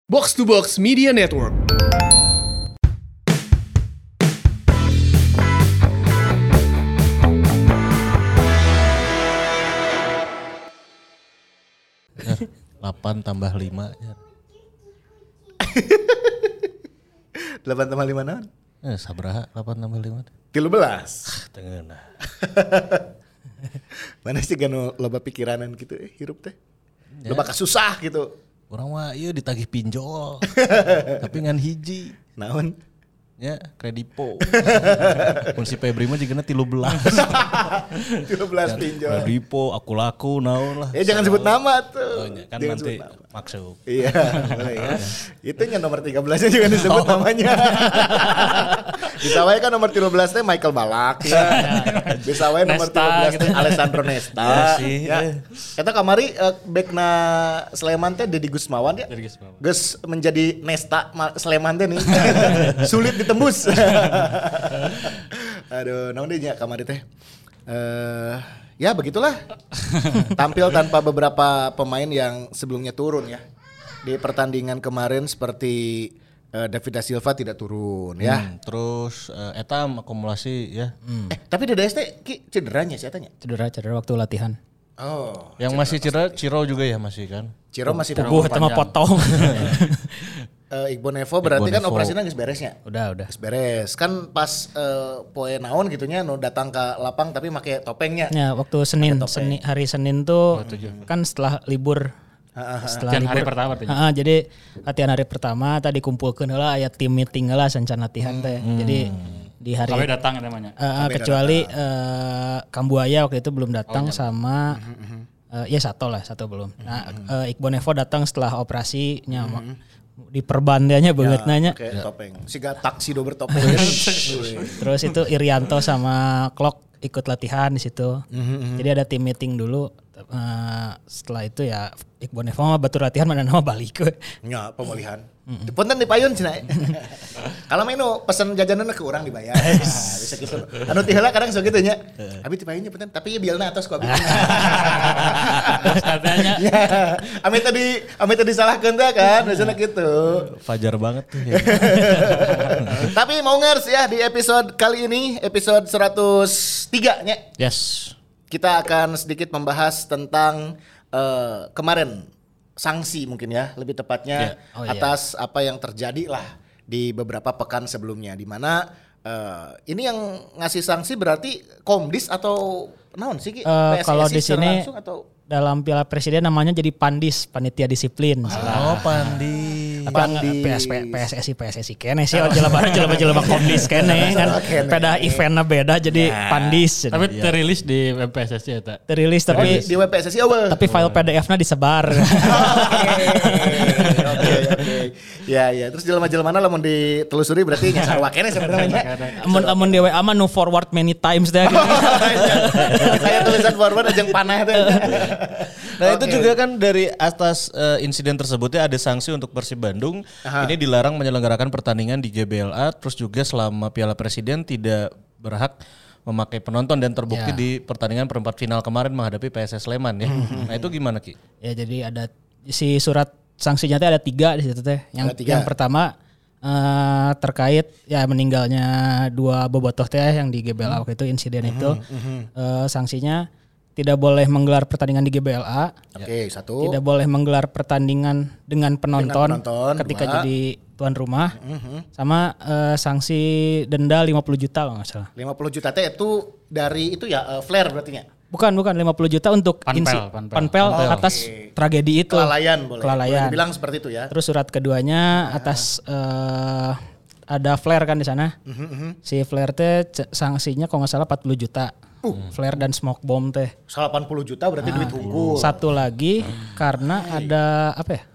Box to Box Media Network. Delapan tambah 5 ya. 8 tambah 5 naon? Sabaraha 8 tambah 5? 13. Tengeunah. Mana sih ganu loba pikiranan gitu hirup teh. Loba kasusah gitu. Urang mah ieu ditagih pinjol. Tapi ngan hiji. Naon? Ya, kredipo. Mun si Febri mah jigana 13. 13 pinjol. Kredipo, aku laku naon lah. Jangan sebut nama tuh. Oh, ya, kan Jangan nanti sebut nama. maksud. Iya, boleh ya. Itu yang nomor 13-nya juga disebut namanya. Bisa wae kan nomor 13 teh Michael Balak ya. Bisa wae nomor 13 teh Alessandro Nesta. Iya sih. Ya. Eta kamari bekna Sleman teh Deddy Gusmawan ya. Geus menjadi Nesta Sleman teh nih. Sulit ditembus. Aduh, naon deui nya kamari teh. Ya begitulah. Tampil tanpa beberapa pemain yang sebelumnya turun ya. Di pertandingan kemarin seperti David da Silva tidak turun ya. Terus eta akumulasi ya. Tapi Dede teh cederanya sih etanya. Cedera waktu latihan. Oh. Yang masih cedera Ciro juga ya masih kan. Ciro masih Puguh eta mah potong. Iqbal Nevo berarti kan operasinya geus beresnya. Udah. Geus beres. Kan pas poe naon gitunya nu datang ke lapang tapi make topengnya. Ya, waktu hari Senin tuh kan setelah libur. Latihan hari pertama artinya. Jadi latihan hari pertama tadi kumpulkeun heula aya tim meeting heula sancan latihan teh. Jadi di hari Kami datang namanya. kecuali Kambuaya waktu itu belum datang sama ya satu belum. Nah, Iqbal Nevo datang setelah operasinya di perbandiannya banget nanya. Pakai topeng. Siga taksido bertopeng. Terus itu Irianto sama Klok ikut latihan di situ. Jadi ada tim meeting dulu. Setelah itu ya Iqbal Nevo mah batur latihan mana nama balik ke. Nya pemulihan. Punten dipayun cenah. Kalau menu pesen jajananna ke urang dibayar. Bisa gitu. Anu ti heula kadang sok kitu nya. Abi dipayunnya punten tapi ieu bielna atos ku abi. Katanya. Ame tadi salahkeun teh kan, biasanya gitu. Fajar banget tuh ya. Tapi mau ngers ya di episode kali ini, episode 103 nya. Yes. Kita akan sedikit membahas tentang kemarin sanksi mungkin ya, lebih tepatnya atas apa yang terjadi lah di beberapa pekan sebelumnya, di mana ini yang ngasih sanksi berarti Komdis atau naon sih Ki? Kalau di sini atau dalam Piala Presiden namanya jadi Pandis, panitia disiplin. Oh, Pandi. PSSI kene sih jelema Komdis kene kan. Beda eventnya beda jadi Pandis. Tapi terilis di PSSI eta. Terilis tapi di web PSSI awal. Tapi file PDF-nya disebar. Oke. Ya, terus jelema-jelemana lamun ditelusuri berarti nya sarua kene sebenarnya. Amun di WA mah no forward many times deh. Saya tulisan forward aja yang panah teh. Nah itu juga kan dari atas insiden tersebutnya ada sanksi untuk Persib Bandung. Ini dilarang menyelenggarakan pertandingan di GBLA. Terus juga selama Piala Presiden tidak berhak memakai penonton dan terbukti di pertandingan perempat final kemarin menghadapi PSS Sleman ya. Nah itu gimana Ki? Ya jadi ada si surat sanksinya teh ada 3 di situ teh. Yang pertama terkait ya meninggalnya 2 bobotoh teh yang di GBLA waktu itu insiden itu. Sanksinya tidak boleh menggelar pertandingan di GBLA. Oke, 1. Tidak boleh menggelar pertandingan dengan penonton ketika 2. jadi tuan rumah. Sama sanksi denda 50 juta kalau nggak salah. 50 juta teh itu dari itu ya flare berarti nya. Bukan 50 juta untuk panpel atas tragedi itu. Kelalaian boleh. Boleh dibilang seperti itu ya. Terus surat keduanya atas ada flare kan di sana. Si flare teh sanksinya kalau nggak salah 40 juta. Flare dan smoke bomb teh. 80 juta berarti duit hukum. Satu lagi karena ada apa ya?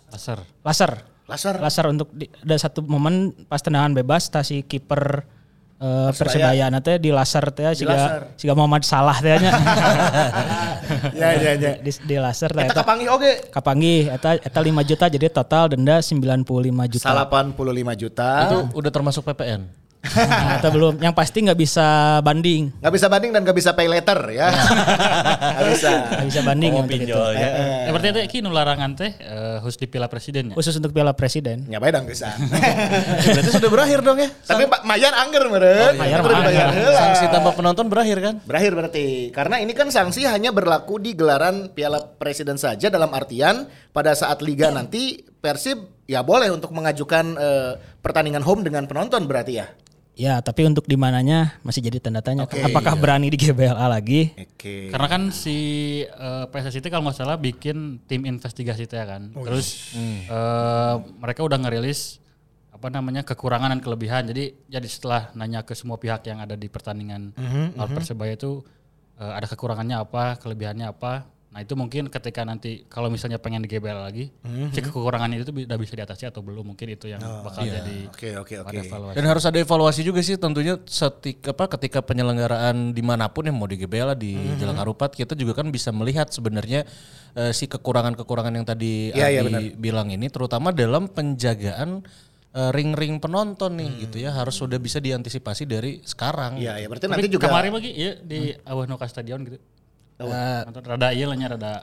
Laser untuk ada satu momen pas tendangan bebas si kiper Persebaya teh di laser teh siga Muhammad Salah teh nya. Ya. Di laser teh eta kapanggih oge. Kapanggih eta 5 juta jadi total denda 95 juta. 85 juta. Itu udah termasuk PPN. Atau belum. Yang pasti nggak bisa banding. Nggak bisa banding dan nggak bisa pay later ya. Nggak bisa. Nggak bisa banding untuk itu. pinjol ya. Berarti itu ki nu larangan teh khusus di Piala Presiden ya. Khusus untuk Piala Presiden. Ya bae dong bisa. Berarti sudah berakhir dong ya. Tapi Mayan angger meureun. Mayan Kudu mah dibayar angger. heula. Sanksi tanpa penonton berakhir kan? Berakhir berarti. Karena ini kan sanksi hanya berlaku di gelaran Piala Presiden saja, dalam artian pada saat liga nanti Persib ya boleh untuk mengajukan pertandingan home dengan penonton berarti ya. Ya, tapi untuk di mananya masih jadi tanda tanya. Oke, Apakah berani di GBLA lagi? Oke. Karena kan si PSSI itu kalau nggak salah bikin tim investigasi itu ya kan. Terus mereka udah ngerilis apa namanya kekurangan dan kelebihan. Jadi setelah nanya ke semua pihak yang ada di pertandingan lawan Persebaya itu ada kekurangannya apa, kelebihannya apa. Nah itu mungkin ketika nanti kalau misalnya pengen di GBL lagi, si kekurangan itu udah bisa diatasi atau belum, mungkin itu yang bakal jadi Oke. evaluasi. Dan harus ada evaluasi juga sih tentunya ketika penyelenggaraan dimanapun yang mau di GBLA di Jalan Harupat, kita juga kan bisa melihat sebenarnya si kekurangan-kekurangan yang tadi Abi bilang ini, terutama dalam penjagaan ring-ring penonton nih gitu ya, harus sudah bisa diantisipasi dari sekarang. Iya, ya berarti Tapi nanti juga kemarin lagi ya di Awah Noka Stadion gitu. Nonton rada iya lah nya rada.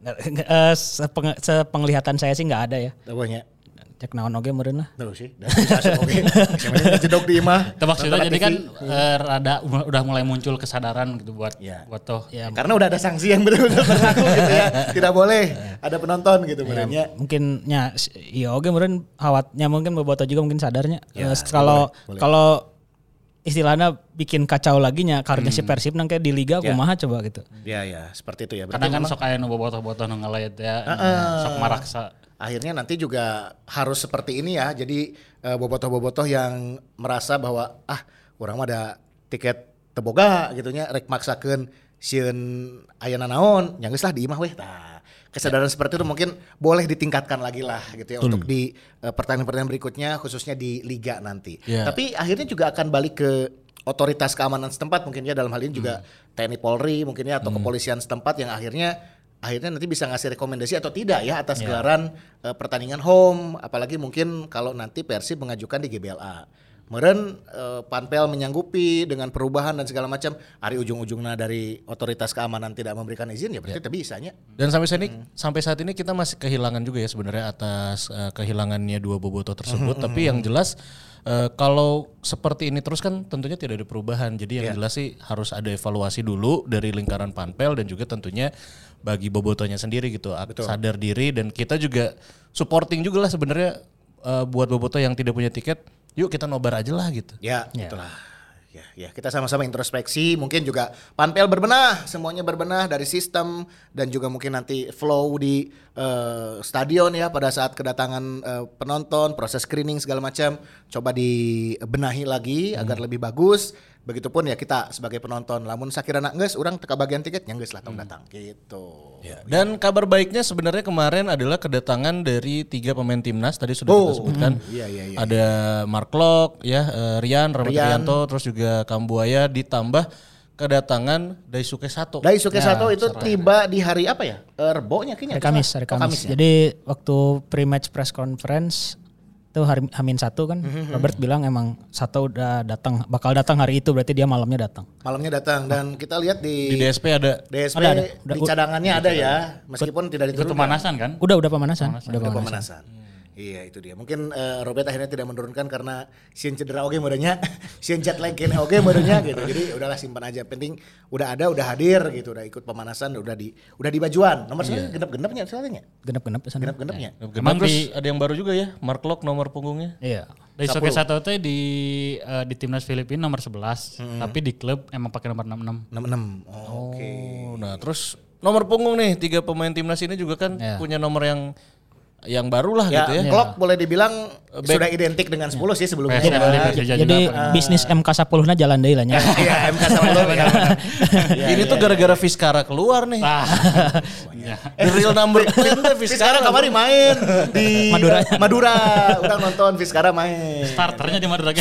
Sepenglihatan saya sih nggak ada ya. Tawanya. Cek naon oge meureun lah. Terus sih. Oke. Sebenarnya jedok di imah. Itu maksudnya jadi kan rada udah mulai muncul kesadaran gitu buat toh. Ya, Karena udah ada sanksi yang betul-betul berlaku gitu ya. Tidak boleh ada penonton gitu benernya. mungkin nya iya oge meureun hawatnya mungkin bobotoh juga mungkin sadarnya. Ya, Kalau istilahnya bikin kacau lagi nya karunya si Persib nang kayak di liga kumaha coba gitu. Ya, seperti itu ya. Kadang kan sok aya nu bobotoh-botoh nu ngalayat ya. Sok maraksa. Akhirnya nanti juga harus seperti ini ya. Jadi bobotoh-bobotoh yang merasa bahwa urang mah ada tiket teboga gitunya rek maksakeun sieun ayana naon, nya geus lah di imah weh. Kesadaran seperti itu mungkin boleh ditingkatkan lagi lah gitu ya untuk di pertandingan-pertandingan berikutnya khususnya di liga nanti. Tapi akhirnya juga akan balik ke otoritas keamanan setempat mungkin ya, dalam hal ini juga TNI Polri mungkin ya atau kepolisian setempat yang akhirnya nanti bisa ngasih rekomendasi atau tidak ya atas gelaran pertandingan home, apalagi mungkin kalau nanti Persib mengajukan di GBLA. Meren Panpel menyanggupi dengan perubahan dan segala macam, hari ujung-ujungnya dari otoritas keamanan tidak memberikan izin ya berarti tidak bisanya. Dan sampai saat ini kita masih kehilangan juga ya sebenarnya atas kehilangannya dua bobotoh tersebut. Tapi yang jelas kalau seperti ini terus kan tentunya tidak ada perubahan. Jadi yang jelas sih harus ada evaluasi dulu dari lingkaran Panpel dan juga tentunya bagi bobotohnya sendiri gitu. Sadar diri, dan kita juga supporting juga lah sebenarnya buat bobotoh yang tidak punya tiket. Yuk kita nobar aja lah gitu. Ya, itulah. Ya, kita sama-sama introspeksi, mungkin juga Panpel berbenah, semuanya berbenah dari sistem dan juga mungkin nanti flow di stadion ya pada saat kedatangan penonton, proses screening segala macam coba dibenahi lagi agar lebih bagus. Begitupun ya kita sebagai penonton, lamun sakirana geus urang teka bagian tiketnya geus lah tong datang gitu. Ya. Dan kabar baiknya sebenarnya kemarin adalah kedatangan dari 3 pemain timnas tadi sudah kita sebutkan. Ada Mark Lok ya, Rian Rahmat, terus juga Kambuaya, ditambah kedatangan Daisuke Sato. Daisuke Sato itu tiba di hari apa ya? Rebonya kayaknya. Hari Kamis. Ya? Jadi waktu pre-match press conference itu hari H-1 kan, Robert bilang emang Sato udah bakal datang hari itu, berarti dia malamnya datang. Dan kita lihat di DSP ada. Ada. Di cadangannya ada ya, meskipun tidak diturunkan. Itu pemanasan kan? Udah pemanasan. Udah pemanasan. Iya itu dia. Mungkin Robert akhirnya tidak menurunkan karena sieun cedera oge modenya, sieun jet lag kene oge modenya gitu. Jadi udahlah simpan aja. Penting udah ada, udah hadir gitu, udah ikut pemanasan, udah di bajuan. Nomor genep-genepnya soalnya. Genep-genepnya. Emang terus ada yang baru juga ya, Mark Lok nomor punggungnya. Iya. Daisuke Sato teh di timnas Filipina nomor 11, tapi di klub emang pakai nomor 66. 66. Oke. Nah, terus nomor punggung nih 3 pemain timnas ini juga kan punya nomor yang baru lah gitu ya. Klok boleh dibilang sudah identik dengan 10 sih sebelumnya. Jadi bisnis MK10-nya jalan deui lah nya. Iya, MK10 ya. Ini tuh gara-gara Vizcara keluar nih. The real number 10 teh Vizcara kemarin main di Madura. Udah nonton Vizcara main. Starternya di Madura.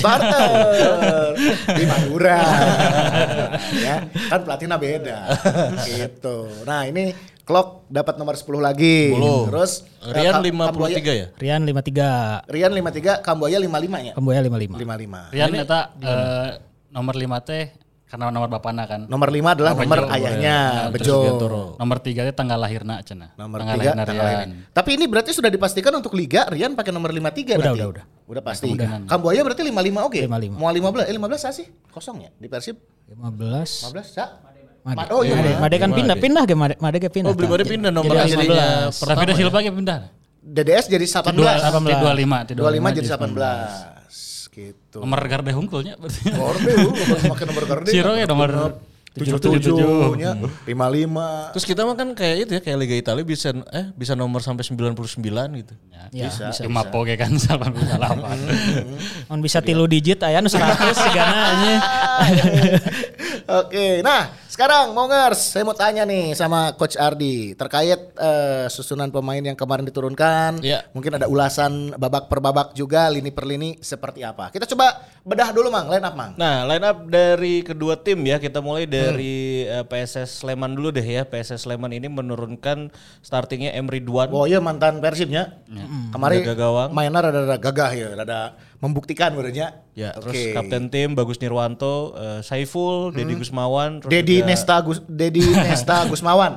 Di Madura. Ya, kan pelatihnya beda. Gitu. Nah, ini Klok dapat nomor 10 lagi. 10. Terus Rian 53 ya? Rian 53. Rian 53, Kambuaya 55 ya? Kambuaya 55. 55. Rian eta nomor 5 teh karena nomor bapana kan. Nomor 5 adalah Bejo. nomor ayahnya, Bejo. Nomor 3 itu tanggal lahirna cenah. Nomor tanggal 3 lahirna tanggal Rian. lahir. Tapi ini berarti sudah dipastikan untuk Liga Rian pakai nomor 53 nanti. Udah pasti. Kambuaya berarti 55 oke. 55. Mau 15, 15 sih kosong ya di Persib. 15. 15 ya? Made. Oh iya. Made kan pindah ke Made ke pindah. Oh, beli Made pindah nomor Jadi aslinya 15. Tapi udah Silva ge pindah. DDS jadi 18. 25 jadi 18 gitu. Nomor garda hungkulnya berarti. Gorde lu pakai nomor Gorde. Ciro ya nomor 77 nya 55. Terus kita mah kan kayak itu ya, kayak Liga Italia bisa nomor sampai 99 gitu. Ya, Bisa. Cuma poge kan 88. On bisa 3 digit aya nu 100 sigana nya. Oke, nah sekarang Mongers, saya mau tanya nih sama Coach Ardi terkait susunan pemain yang kemarin diturunkan. Iya. Mungkin ada ulasan babak per babak juga, lini per lini seperti apa. Kita coba bedah dulu Mang, line up Mang. Nah, line up dari kedua tim ya, kita mulai dari PSS Sleman dulu deh ya. PSS Sleman ini menurunkan startingnya M. Ridwan. Oh iya mantan Persibnya. Kemarin Jaga gawang. mainnya rada gagah ya, rada membuktikan berarnya. Ya, terus kapten tim Bagus Nirwanto, Saiful, Dedi Gusmawan, terus Dedi juga Nesta Gusmawan.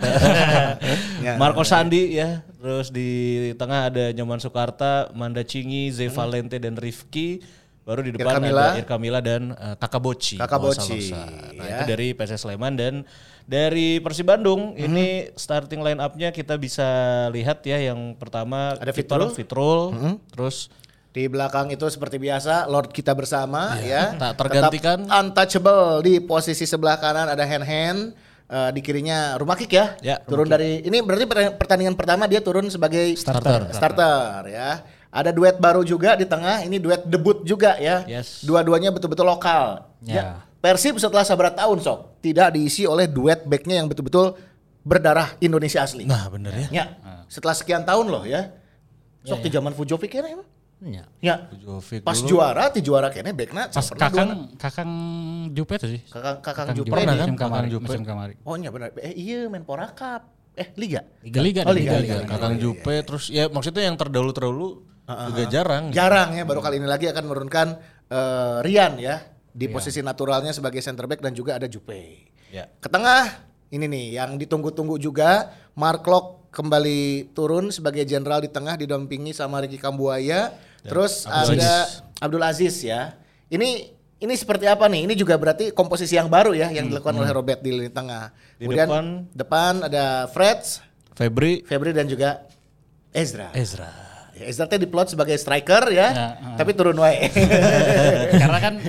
Ya. Marco Sandi ya. Terus di tengah ada Nyoman Sukarta, Manda Cingi, Zé Valente dan Rifki. Baru di depan ada Irkamila dan Kakak Boci. Kakak Boci. Nah, itu dari PSS Sleman. Dan dari Persib Bandung ini starting line up-nya kita bisa lihat ya. Yang pertama ada Fitrul. Terus di belakang itu seperti biasa Lord kita bersama ya. Tak tergantikan. Tetap untouchable di posisi sebelah kanan ada Hen. Di kirinya Rumah Kick ya. Turun dari ini berarti pertandingan pertama dia turun sebagai starter ya. Ada duet baru juga di tengah, ini duet debut juga ya. Yes. Dua-duanya betul-betul lokal. Ya. Persib setelah sabar tahun sok tidak diisi oleh duet backnya yang betul-betul berdarah Indonesia asli. Nah, bener ya. Ya. Setelah sekian tahun loh ya. Sok di zaman Fujovic ya emang. Ya. Fujovic Pas dulu. juara kayaknya backnya Pas Kakang Jupe tuh sih. Kakang Jupe pernah nih. kan? Musim kamari. Oh iya benar. Iya Menpora Cup. Liga. Liga. Kakang Jupe terus ya maksudnya yang terdahulu juga jarang. Jarang ya, baru kali ini lagi akan menurunkan Rian ya di posisi naturalnya sebagai center back dan juga ada Jupe. Ya. Ke tengah ini nih yang ditunggu-tunggu juga Mark Lok kembali turun sebagai jenderal di tengah didampingi sama Ricky Kambuaya. Terus ada Abdul Aziz ya. Ini seperti apa nih? Ini juga berarti komposisi yang baru ya yang dilakukan oleh Robert di lini tengah. Di Kemudian depan ada Febri dan juga Ezra. Ya, Ezra teh diplot sebagai striker ya, tapi turun wae. Karena kan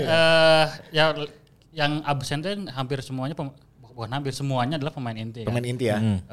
ya yang absen tuh hampir semuanya bukan hampir semuanya adalah pemain inti. Pemain inti ya.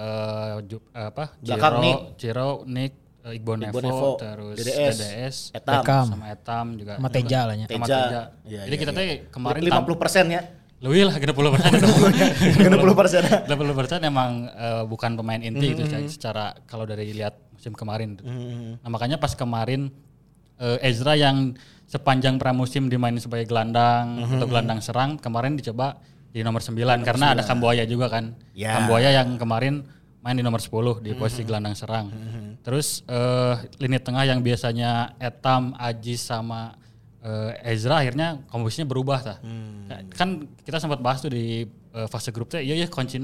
Ciro, Nick, Iqbal Nevo, terus DDS, Etam. sama Etam juga. Sama Teja lah nya. Sama Teja. Teja. Jadi kita teh kemarin 50% ya. lebih lah 60%. 60%. 80% emang bukan pemain inti gitu secara kalau dari lihat musim kemarin. Nah makanya pas kemarin Ezra yang sepanjang pramusim dimainin sebagai gelandang atau gelandang serang kemarin dicoba di nomor 9 karena ada Kambuaya juga kan. Ya. Kambuaya yang kemarin main di nomor 10 di posisi gelandang serang. Terus lini tengah yang biasanya Etam, Aziz sama Ezra akhirnya komposisinya berubah tah. Kan kita sempat bahas tuh di fase grup teh iya kunci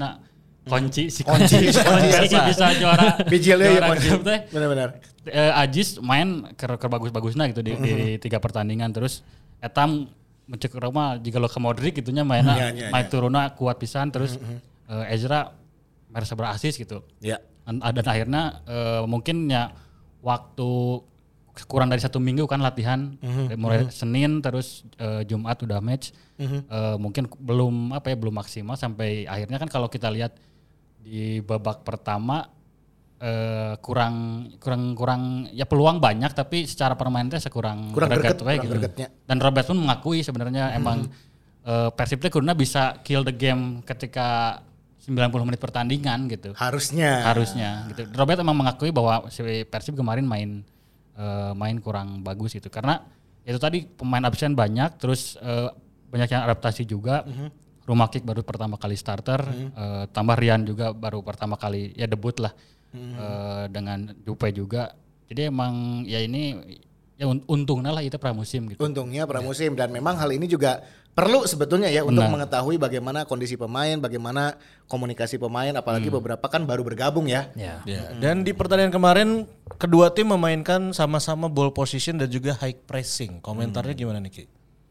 bisa juara. Bijilnya ya kunci. Grup teh. Benar-benar. Aziz main ke bagus-bagusnya gitu di 3 pertandingan terus Etam mencek rumah jika lo ke Modric gitunya main turunnya kuat pisan terus Ezra main seberapa asis gitu. Ya. Dan akhirnya mungkin ya waktu kurang dari 1 minggu kan latihan mulai Senin terus Jumat udah match mungkin belum maksimal sampai akhirnya kan kalau kita lihat di babak pertama kurang ya peluang banyak tapi secara permainannya kurang greget gitu. Dan Robert pun mengakui sebenarnya emang Persib teh kuduna bisa kill the game ketika 90 menit pertandingan gitu. Harusnya gitu. Robert emang mengakui bahwa si Persib kemarin main kurang bagus gitu karena itu tadi pemain absen banyak terus banyak yang adaptasi juga. Rumah Kick baru pertama kali starter, tambah Rian juga baru pertama kali ya debut lah dengan Jupe juga. Jadi emang ya ini ya untungnya lah itu pramusim gitu. Untungnya pramusim dan memang hal ini juga perlu sebetulnya ya untuk mengetahui bagaimana kondisi pemain, bagaimana komunikasi pemain, apalagi beberapa kan baru bergabung ya. Ya. Dan di pertandingan kemarin kedua tim memainkan sama-sama ball position dan juga high pressing. Komentarnya gimana nih Ki?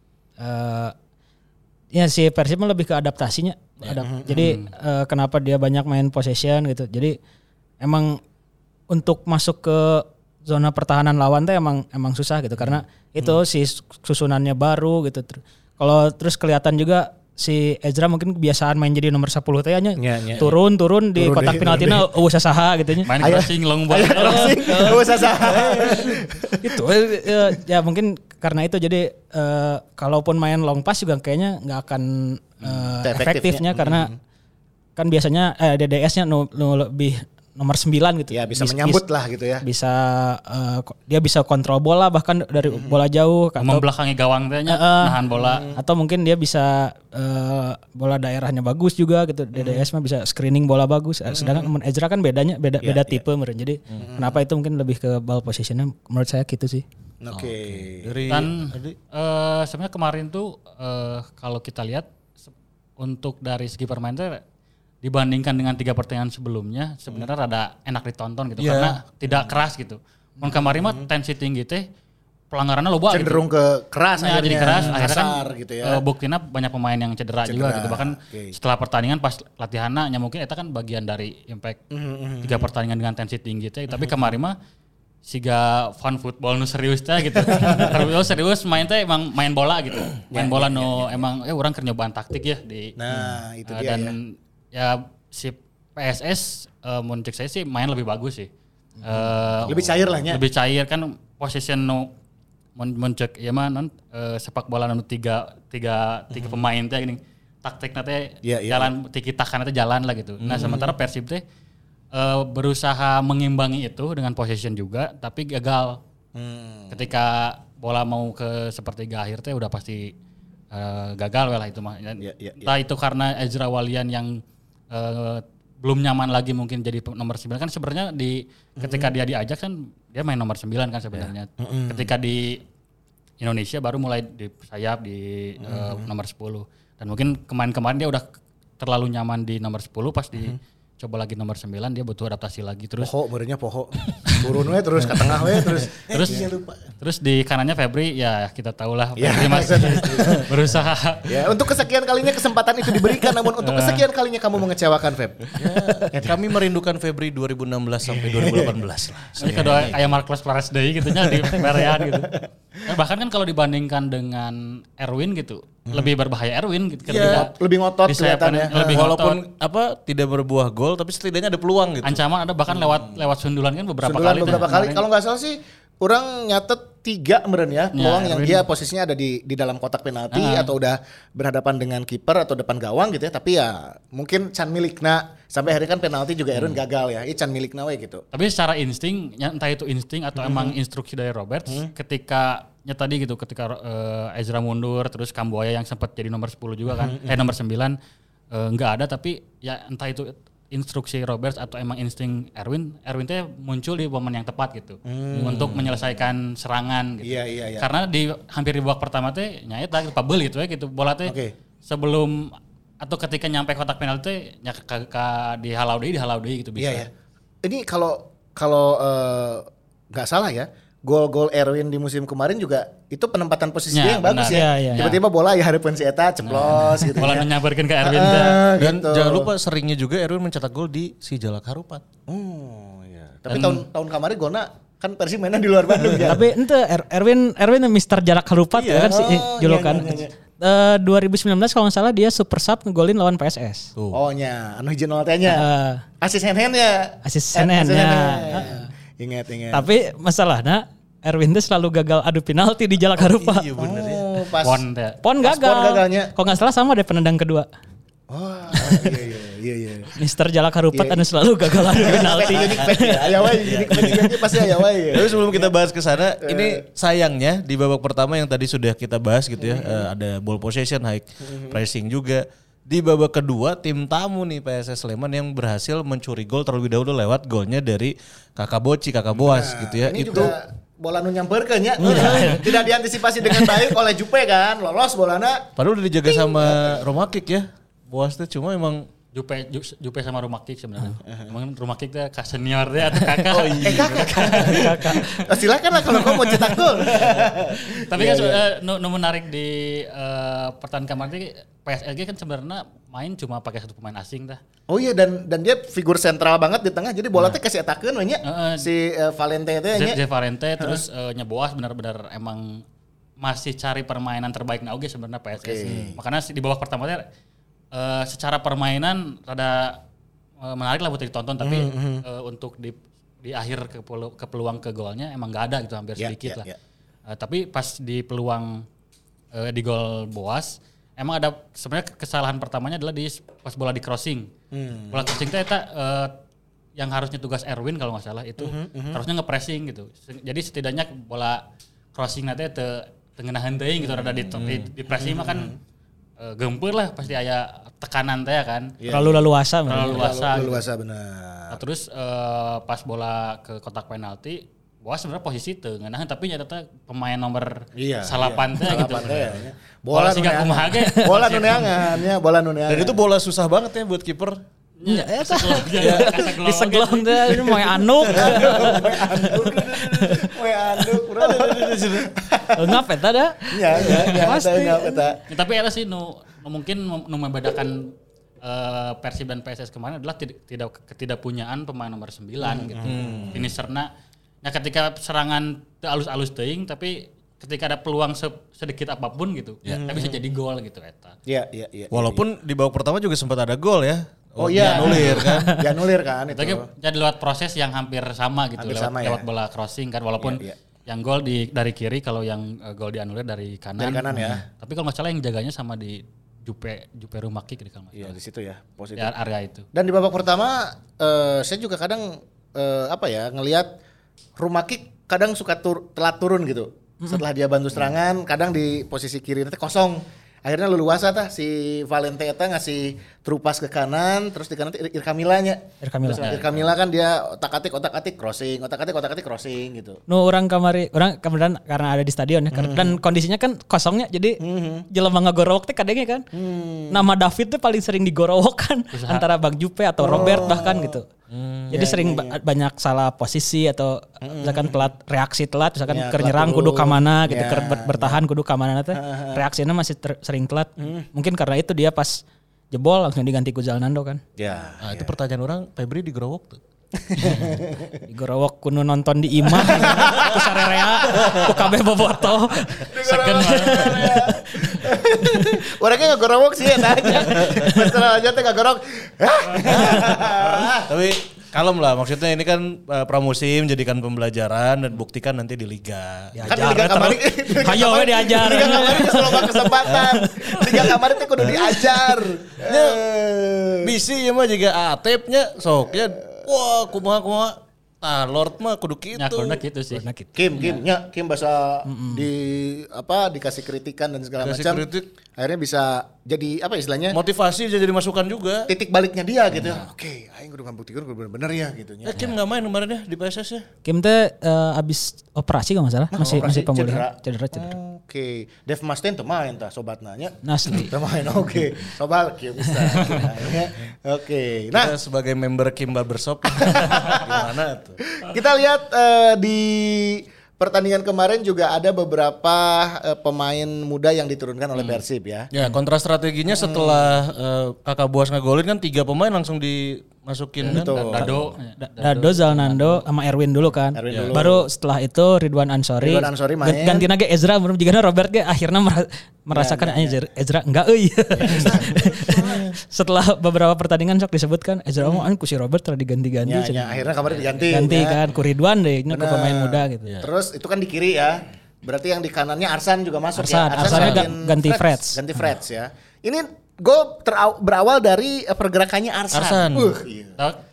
Ya si Persib lebih ke adaptasinya. Jadi kenapa dia banyak main possession gitu. Jadi emang untuk masuk ke zona pertahanan lawan tuh emang susah gitu karena itu si susunannya baru gitu. Kalau terus kelihatan juga si Ezra mungkin kebiasaan main jadi nomor 10 teh nya. Turun di kotak penaltina usah saha gitu nya. Main crossing long ball. Usah saha. Itu ya mungkin karena itu jadi kalaupun main long pass juga kayaknya nggak akan efektifnya karena kan biasanya DDS-nya lebih nomor 9 gitu. Ya bisa menyambut lah gitu ya. Bisa dia bisa kontrol bola bahkan dari bola jauh. Membelakangi gawang tehnya nahan bola. Atau mungkin dia bisa bola daerahnya bagus juga gitu. DDS mah bisa screening bola bagus. Sedangkan Ezra kan beda tipe meren. Jadi kenapa itu mungkin lebih ke ball positionnya menurut saya gitu sih. Oke. Dan sebenarnya kemarin tuh kalau kita lihat untuk dari segi permainan dibandingkan dengan 3 pertandingan sebelumnya sebenarnya rada enak ditonton gitu karena tidak keras gitu. Kemarin mah tensi tinggi teh pelanggarannya loba cenderung gitu. ke keras akhirnya. Jadi keras akhirnya kan gitu ya. Buktinya banyak pemain yang cedera juga gitu. Bahkan setelah pertandingan pas latihannya mungkin itu kan bagian dari impact 3 pertandingan dengan tensi tinggi teh. Tapi kemarin mah siga fun football nu serius teh gitu. serius main teh emang main bola gitu. Main bola emang orang keur nyobaan taktik ya di. Nah, itu dia dan ya si PSS menurut saya sih main lebih bagus sih. Lebih cair lah nya. Lebih cair kan position mencek ya mah sepak bola tiga pemain teh gini. Taktiknya teh jalan tiki takana teh jalan lah gitu. Nah, sementara Persib teh berusaha mengimbangi itu dengan possession juga tapi gagal. Ketika bola mau ke sepertiga akhir teh udah pasti gagal lah itu mah. Entah itu karena Ezra Walian yang belum nyaman lagi mungkin jadi nomor 9 kan sebenarnya ketika dia diajak kan dia main nomor 9 kan sebenarnya. Ketika di Indonesia baru mulai di sayap di nomor 10 dan mungkin kemarin dia udah terlalu nyaman di nomor 10 pas coba lagi nomor 9 dia butuh adaptasi lagi terus berenya turun we terus ke tengah we terus di kanannya Febri ya kita tahulah Febri masih berusaha ya untuk kesekian kalinya kesempatan itu diberikan namun untuk kesekian kalinya kamu mengecewakan Feb. Kami merindukan Febri 2016 sampai 2018 lah. Ini kedua kayak Marcos Flores Day gitu nya di Perean gitu. Bahkan kan kalau dibandingkan dengan Erwin gitu lebih berbahaya Erwin gitu lebih ngotot kelihatannya. Walaupun tidak berbuah gol tapi setidaknya ada peluang gitu. Ancaman ada bahkan lewat sundulan kan beberapa kali. Kalau nggak salah sih orang nyatet 3 meren ya peluang yang dia posisinya ada di dalam kotak penalti atau udah berhadapan dengan kiper atau depan gawang gitu ya. Tapi ya mungkin can milikna sampai akhirnya kan penalti juga Erwin gagal ya. Can milikna we gitu. Tapi secara insting entah itu insting atau emang instruksi dari Roberts ketika tadi gitu ketika Ezra mundur terus Kambuaya yang sempat jadi nomor 10 juga kan nomor 9 nggak ada tapi ya entah itu instruksi Roberts atau emang insting Erwin teh muncul di momen yang tepat gitu untuk menyelesaikan serangan gitu. Iya. Karena hampir di babak pertama teh nyaeta pabel gitu ya gitu bola teh sebelum atau ketika nyampe kotak penalti teh dihalau deui gitu bisa. Iya. Ini kalau nggak salah ya gol-gol Erwin di musim kemarin juga itu penempatan posisi dia yang bagus ya. Tiba-tiba bola ya harapan si eta ceplos gitu. Bola nyabarkeun ke Erwin dan jangan lupa seringnya juga Erwin mencetak gol di si Jalak Harupat. Oh iya. Tapi tahun kemarin golna kan Persib mainnya di luar Bandung ya. Tapi ente Erwin Mister Jalak Harupat kan si julukan. 2019 kalau nggak salah dia super sub ngegolin lawan PSS. Oh nya, anu hiji 0 teh nya. Asis hand ya. Ingat. Tapi masalahnya Erwin tuh selalu gagal adu penalti di Jalak Harupat. Iya bener ya. Pas Pon gagalnya. Kalau nggak salah sama deh penendang kedua. Oh iya. Mister Jalak Harupat anu selalu gagal adu penalti. Aya wae pasti aya wae. Tapi sebelum kita bahas ke sana, ini sayangnya di babak pertama yang tadi sudah kita bahas gitu ya, ada ball possession, high pressing juga. Di babak kedua tim tamu nih PSS Sleman yang berhasil mencuri gol terlebih dahulu lewat golnya dari Kakak Boas gitu ya. Ini juga bola nu nyamperkeun nya. Tidak diantisipasi dengan baik oleh Jupe kan. Lolos bolana. Padahal udah dijaga sama Romakik ya. Boas tuh cuma emang Jupe sama Rumah Kick sebenarnya. Emang Rumah Kick teh kak senior teh atau kakak? Oh iya. Kakak. Silakan lah kalau kau mau cetak gol. Tapi kan nu menarik di pertandingan kemarin PSSG kan sebenarnya main cuma pakai satu pemain asing dah. Oh iya dan dia figur sentral banget di tengah. Jadi bola teh kasih atakeun we nya. Si Valente teh nya. Zé Valente terus Boas benar-benar emang masih cari permainan terbaik oge sebenarnya PSS. Makanya di babak pertama teh secara permainan rada menarik lah buat ditonton tapi untuk di akhir ke peluang ke golnya emang nggak ada gitu hampir sedikit lah. Tapi pas di peluang di gol Boas emang ada sebenarnya kesalahan pertamanya adalah pas bola di crossing. Bola crossing itu yang harusnya tugas Erwin kalau nggak salah itu harusnya nge-pressing gitu. Jadi setidaknya bola crossing nanti tengenahan teuing gitu rada di pressing mah kan gempeur lah pasti aya tekanan teh kan. Terlalu leluasa benar. Nah, terus pas bola ke kotak penalti, Boas sebenarnya posisi teu ngeunaheun tapi nyata pemain nomor 8 teh gitu. Bola sih gak kumaha ge. Bola nu neangan ya, bola nu neangan. Dan itu bola susah banget ya buat kiper. Ya, diseglong teh ini moe anduk. Moe anduk. Ngap eta da? Ya, pasti. Tapi eta sih mungkin membedakan Persib dan PSS kemarin adalah ketidakpunyaan pemain nomor 9 gitu. Finisherna ketika serangan alus-alus teuing tapi ketika ada peluang sedikit apapun gitu, tapi bisa jadi gol gitu eta. Iya. Walaupun di babak pertama juga sempat ada gol ya. Oh iya, dianulir kan itu. Tapi jadi lewat proses yang hampir sama gitu, lewat bola crossing kan, walaupun yang gol dari kiri, kalau yang gol dianulir dari kanan. Dari kanan ya. Tapi kalau nggak salah yang jaganya sama di Jupe Rumah Kick di kalau nggak salah. Iya di situ ya, positif. Di area itu. Dan di babak pertama saya juga kadang ngelihat Rumah Kick kadang suka telat turun gitu. Setelah dia bantu serangan, kadang di posisi kiri nanti kosong. Akhirnya leluasa si Valente eta ngasih trupas ke kanan, terus di kanan Irkamilanya. Irkamila kan dia otak-atik crossing gitu. Orang kemudian karena ada di stadion ya, dan kondisinya kan kosongnya, jadi jelema ngagorowok teh kadangnya kan. Nama David tuh paling sering digorowok kan antara Bang Jupe atau Robert bahkan gitu. Jadi sering banyak salah posisi atau misalkan reaksi telat misalkan nyerang kudu ka mana gitu, bertahan kudu ka mana teh. Reaksinya masih sering telat. Mungkin karena itu dia pas jebol langsung diganti ku Zalnando kan. Ya. Nah, itu pertanyaan orang, Febri digorowok tuh. Digorowok kudu nonton di imah ku sarerea ku kabeh bobotoh. Second Orangnya ngagorowok sih nanya. Masalah aja teh ngagorowok. Tapi kalem lah, maksudnya ini kan pramusim, jadikan pembelajaran dan buktikan nanti di liga. Kan di liga kemarin hayo we diajar. Liga kemarin geus loba kesempatan. Liga kemarin teh kudu diajar. Bisi ieu mah juga atepnya sok ya. Wah, kumaha. Nah, Lord mah kudu kitu. Ya, kurna kitu sih. Kim bahasa dikasih kritikan dan segala macam. Akhirnya bisa jadi apa istilahnya? Motivasi jadi masukan juga. Titik baliknya dia gitu. Oke, aing kudu ngabuktikan kudu bener ya gitu nya. Kim enggak main kemarin ya di PSS ya? Kim teh abis operasi kalau enggak salah, masih pemulihan. Cedera. Oke. Dev Masten tuh main tah sobatna nya. Nasli. Tuh main oke. Sobat Kim bisa. Oke. Nah, kita sebagai member Kim Barbershop gimana tuh? Kita lihat di pertandingan kemarin juga ada beberapa pemain muda yang diturunkan oleh Persib ya. Ya, kontra strateginya setelah Kakak Boas ngegolin kan 3 pemain langsung dimasukin kan. Dado, Zalnando sama Erwin dulu kan. Baru setelah itu Ridwan Ansori main. Gantina ge Ezra, jigana Robert ge akhirnya merasakan Ezra enggak euy. Setelah beberapa pertandingan sok disebutkan Ezra ku si Robert telah diganti-ganti. Ya, akhirnya kemarin diganti. Ganti kan ku Ridwan deh, ke pemain muda gitu. Terus itu kan di kiri ya. Berarti yang di kanannya Arsan juga masuk Arsannya ganti Freds. Ganti Freds ya. Ini gol berawal dari pergerakannya Arsan. Iya.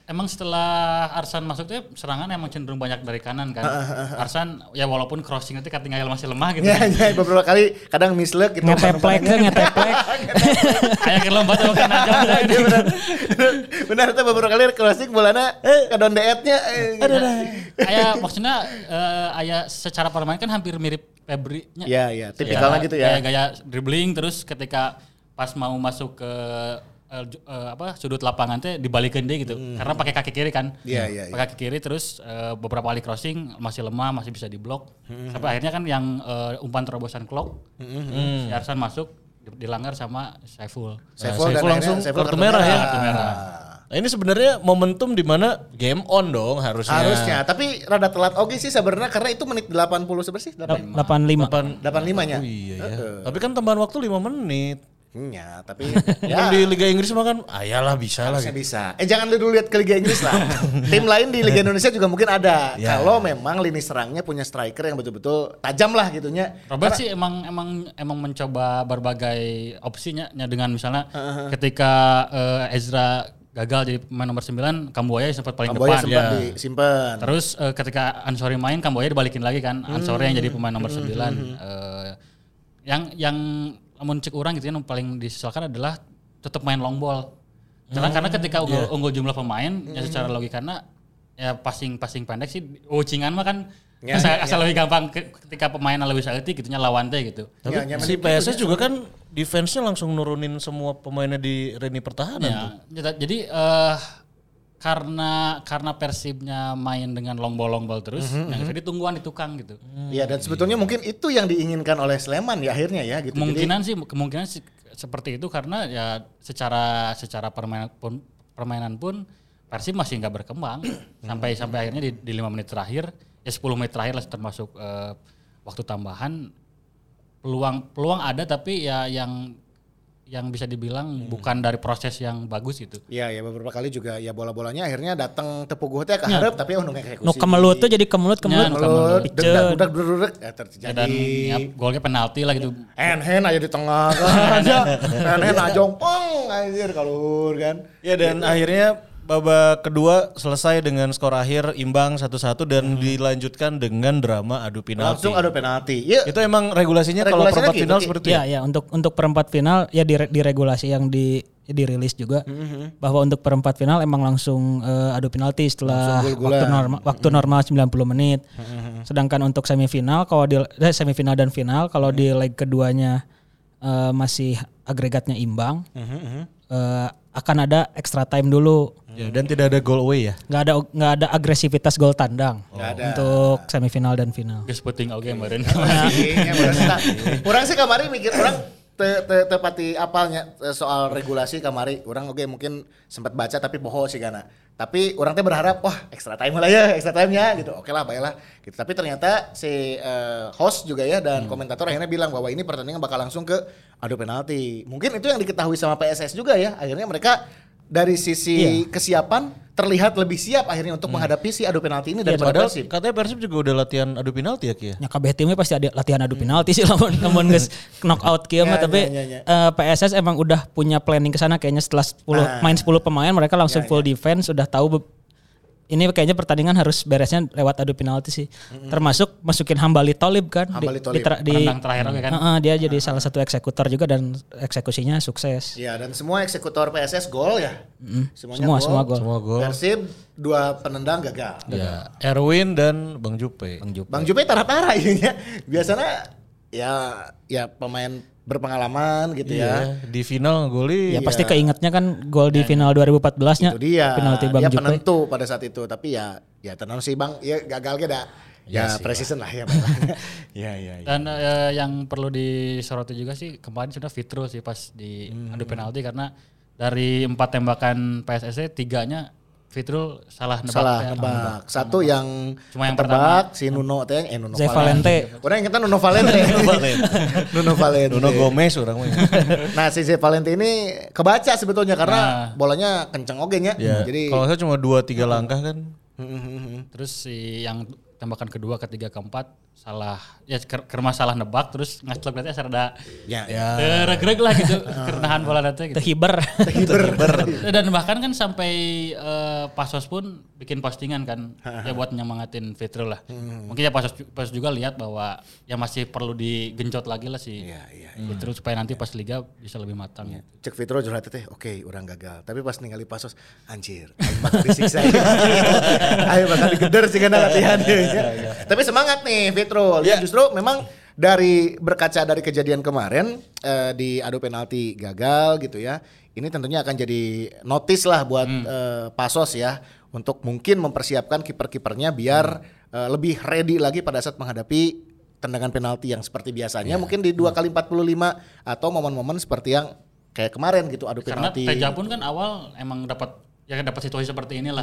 emang setelah Arsan masuk tuh serangan emang cenderung banyak dari kanan kan. Arsan ya walaupun crossing itu Katinggal masih lemah gitu. Ya, beberapa kali kadang misleg gitu. Ngeteplek. Kayak lompat ke kanan aja. Benar itu beberapa kali crossing bolana kadon deetnya. Aya maksudnya aya secara permainan kan hampir mirip Febri-nya. Iya, tipikalnya gitu ya. Gaya dribbling terus ketika pas mau masuk ke sudut lapangan teh dibalikin dia gitu. Karena pakai kaki kiri kan. Iya. Pakai kaki kiri terus beberapa kali crossing masih lemah, masih bisa diblok. Sampai akhirnya kan yang umpan terobosan Klok. Si Arsan masuk dilanggar sama Saiful. Saiful langsung kartu merah ya. Kartu merah. Nah, ini sebenarnya momentum di mana game on dong harusnya. Harusnya, tapi rada telat oke sih sebenarnya karena itu menit 80 sebenarnya sih. 85. 85-nya. Oh iya ya. Tapi kan tambahan waktu 5 menit. Ya, tapi Kan di Liga Inggris mah kan ayalah bisa lah. harusnya bisa. Jangan dulu lihat ke Liga Inggris lah. Tim lain di Liga Indonesia juga mungkin ada. Ya. Kalau memang lini serangnya punya striker yang betul-betul tajam lah gitunya. Robert sih emang mencoba berbagai opsinya dengan misalnya ketika Ezra gagal jadi pemain nomor 9, Kambuaya sempat paling Kamboya depan. sempat disimpan. Terus ketika Ansori main, Kambuaya dibalikin lagi kan. Ansori yang jadi pemain nomor 9. Yang namun cek orang gitu kan yang paling disesalkan adalah tetap main long ball. Karena ketika unggul jumlah pemain, ya secara logikanya ya passing pendek sih ucingan mah kan asal lebih gampang ketika pemain lebih sakit gitunya lawan teh gitu. Tapi si PSS juga kan defense-nya langsung nurunin semua pemainnya di lini pertahanan tuh. Jadi karena Persibnya main dengan long ball terus, yang bisa ditungguan di tukang gitu. Iya, dan sebetulnya mungkin itu yang diinginkan oleh Sleman ya akhirnya ya gitu. Kemungkinan sih seperti itu karena ya secara permainan pun Persib masih nggak berkembang sampai akhirnya di 5 menit terakhir ya 10 menit terakhir lah termasuk waktu tambahan peluang ada tapi ya yang bisa dibilang bukan dari proses yang bagus gitu. Iya, ya beberapa kali juga ya bola-bolanya akhirnya datang tepuguh teh ke hareup tapi nu eksekusi. Nu kemelut tuh jadi kemelut. Dudak terjadi. Dan ya, golnya penalti lah gitu. Hen aja di tengah aja. Hen ajongpong anjir kalur kan. Ya dan akhirnya babak kedua selesai dengan skor akhir imbang 1-1 dan dilanjutkan dengan drama adu penalti. Langsung adu penalti. Ya. Itu emang regulasinya kalau perempat gitu, final seperti itu. Ya, untuk perempat final ya di regulasi yang dirilis juga bahwa untuk perempat final emang langsung adu penalti setelah waktu normal 90 menit. Sedangkan untuk semifinal kalau di semifinal dan final kalau di leg keduanya masih agregatnya imbang. Akan ada extra time dulu. Ya, dan tidak ada goal away ya. Nggak ada agresivitas gol tandang untuk semifinal dan final. Geus penting oge kemarin. Orang sih kemarin mikir orang tepati apalnya soal regulasi kamari. Orang mungkin sempat baca tapi bohong sih karena. Tapi orang teh berharap wah extra time nya gitu. Oke lah baiklah gitu. Tapi ternyata si host juga ya dan komentator akhirnya bilang bahwa ini pertandingan bakal langsung ke adu penalti. Mungkin itu yang diketahui sama PSS juga ya. Akhirnya mereka dari sisi kesiapan terlihat lebih siap akhirnya untuk menghadapi si adu penalti ini daripada Persib. Katanya Persib juga udah latihan adu penalti ya Ki ya. Ya kabeh timnya pasti ada latihan adu penalti sih lamun geus knock out kieu mah tapi PSS emang udah punya planning ke sana kayaknya setelah 10 pemain mereka langsung full defense udah tahu ini kayaknya pertandingan harus beresnya lewat adu penalti sih. Termasuk masukin Hambali Tholib kan di penendang terakhir kan. Dia jadi salah satu eksekutor juga dan eksekusinya sukses. Iya, dan semua eksekutor PSS gol ya. Semua gol. Persib 2 penendang gagal. Ya, Erwin dan Bang Jupe. Bang Jupe tara-tara ya. Biasanya ya pemain berpengalaman gitu ya. Di final ngegoli. Ya pasti keingetnya kan gol di final 2014-nya. Itu dia. Penalti Bang dia Jupe. penentu pada saat itu tapi ya tenang sih Bang. Ya gagal dah. Ya precision lah ya. Ya. Dan yang perlu disoroti juga sih kemarin sudah Fitrul sih pas di adu penalti karena dari 4 tembakan PSS 3-nya Fitrul salah nebak. Satu yang cuma yang tebak si Nuno teh Nuno Zé Valente. Orang ingetan Nuno Valente. Nuno Gomez orang mah. Nah, si Zé Valente ini kebaca sebetulnya karena bolanya kenceng oge nya. Ya, Jadi kalau saya cuma 2-3 langkah kan. Terus si yang tembakan kedua, ketiga, keempat salah ya keur masalah nebak terus ngaslog berarti sarada Ya. regreg lah gitu kerenahan bola nanti gitu. Terhiber. Dan bahkan kan sampai Pasos pun bikin postingan kan ya buat nyemangatin Fitro lah. Mungkin ya Pasos juga lihat bahwa ya masih perlu digencot lagi lah sih. Fitro supaya nanti pas liga bisa lebih matang. Cek Fitro curhat teh, oke, orang gagal. Tapi pas ningali Pasos, anjir, aing bakal disiksa. Ayo bakal digeder sih kana latihan. Tapi semangat nih Fitro. Lihat justru memang dari berkaca dari kejadian kemarin di adu penalti gagal gitu ya. Ini tentunya akan jadi notice lah buat Pasos ya untuk mungkin mempersiapkan kiper-kipernya biar lebih ready lagi pada saat menghadapi tendangan penalti yang seperti biasanya mungkin di 2x45 atau momen-momen seperti yang kayak kemarin gitu adu penalti. Karena Teja pun kan awal emang dapat situasi seperti inilah.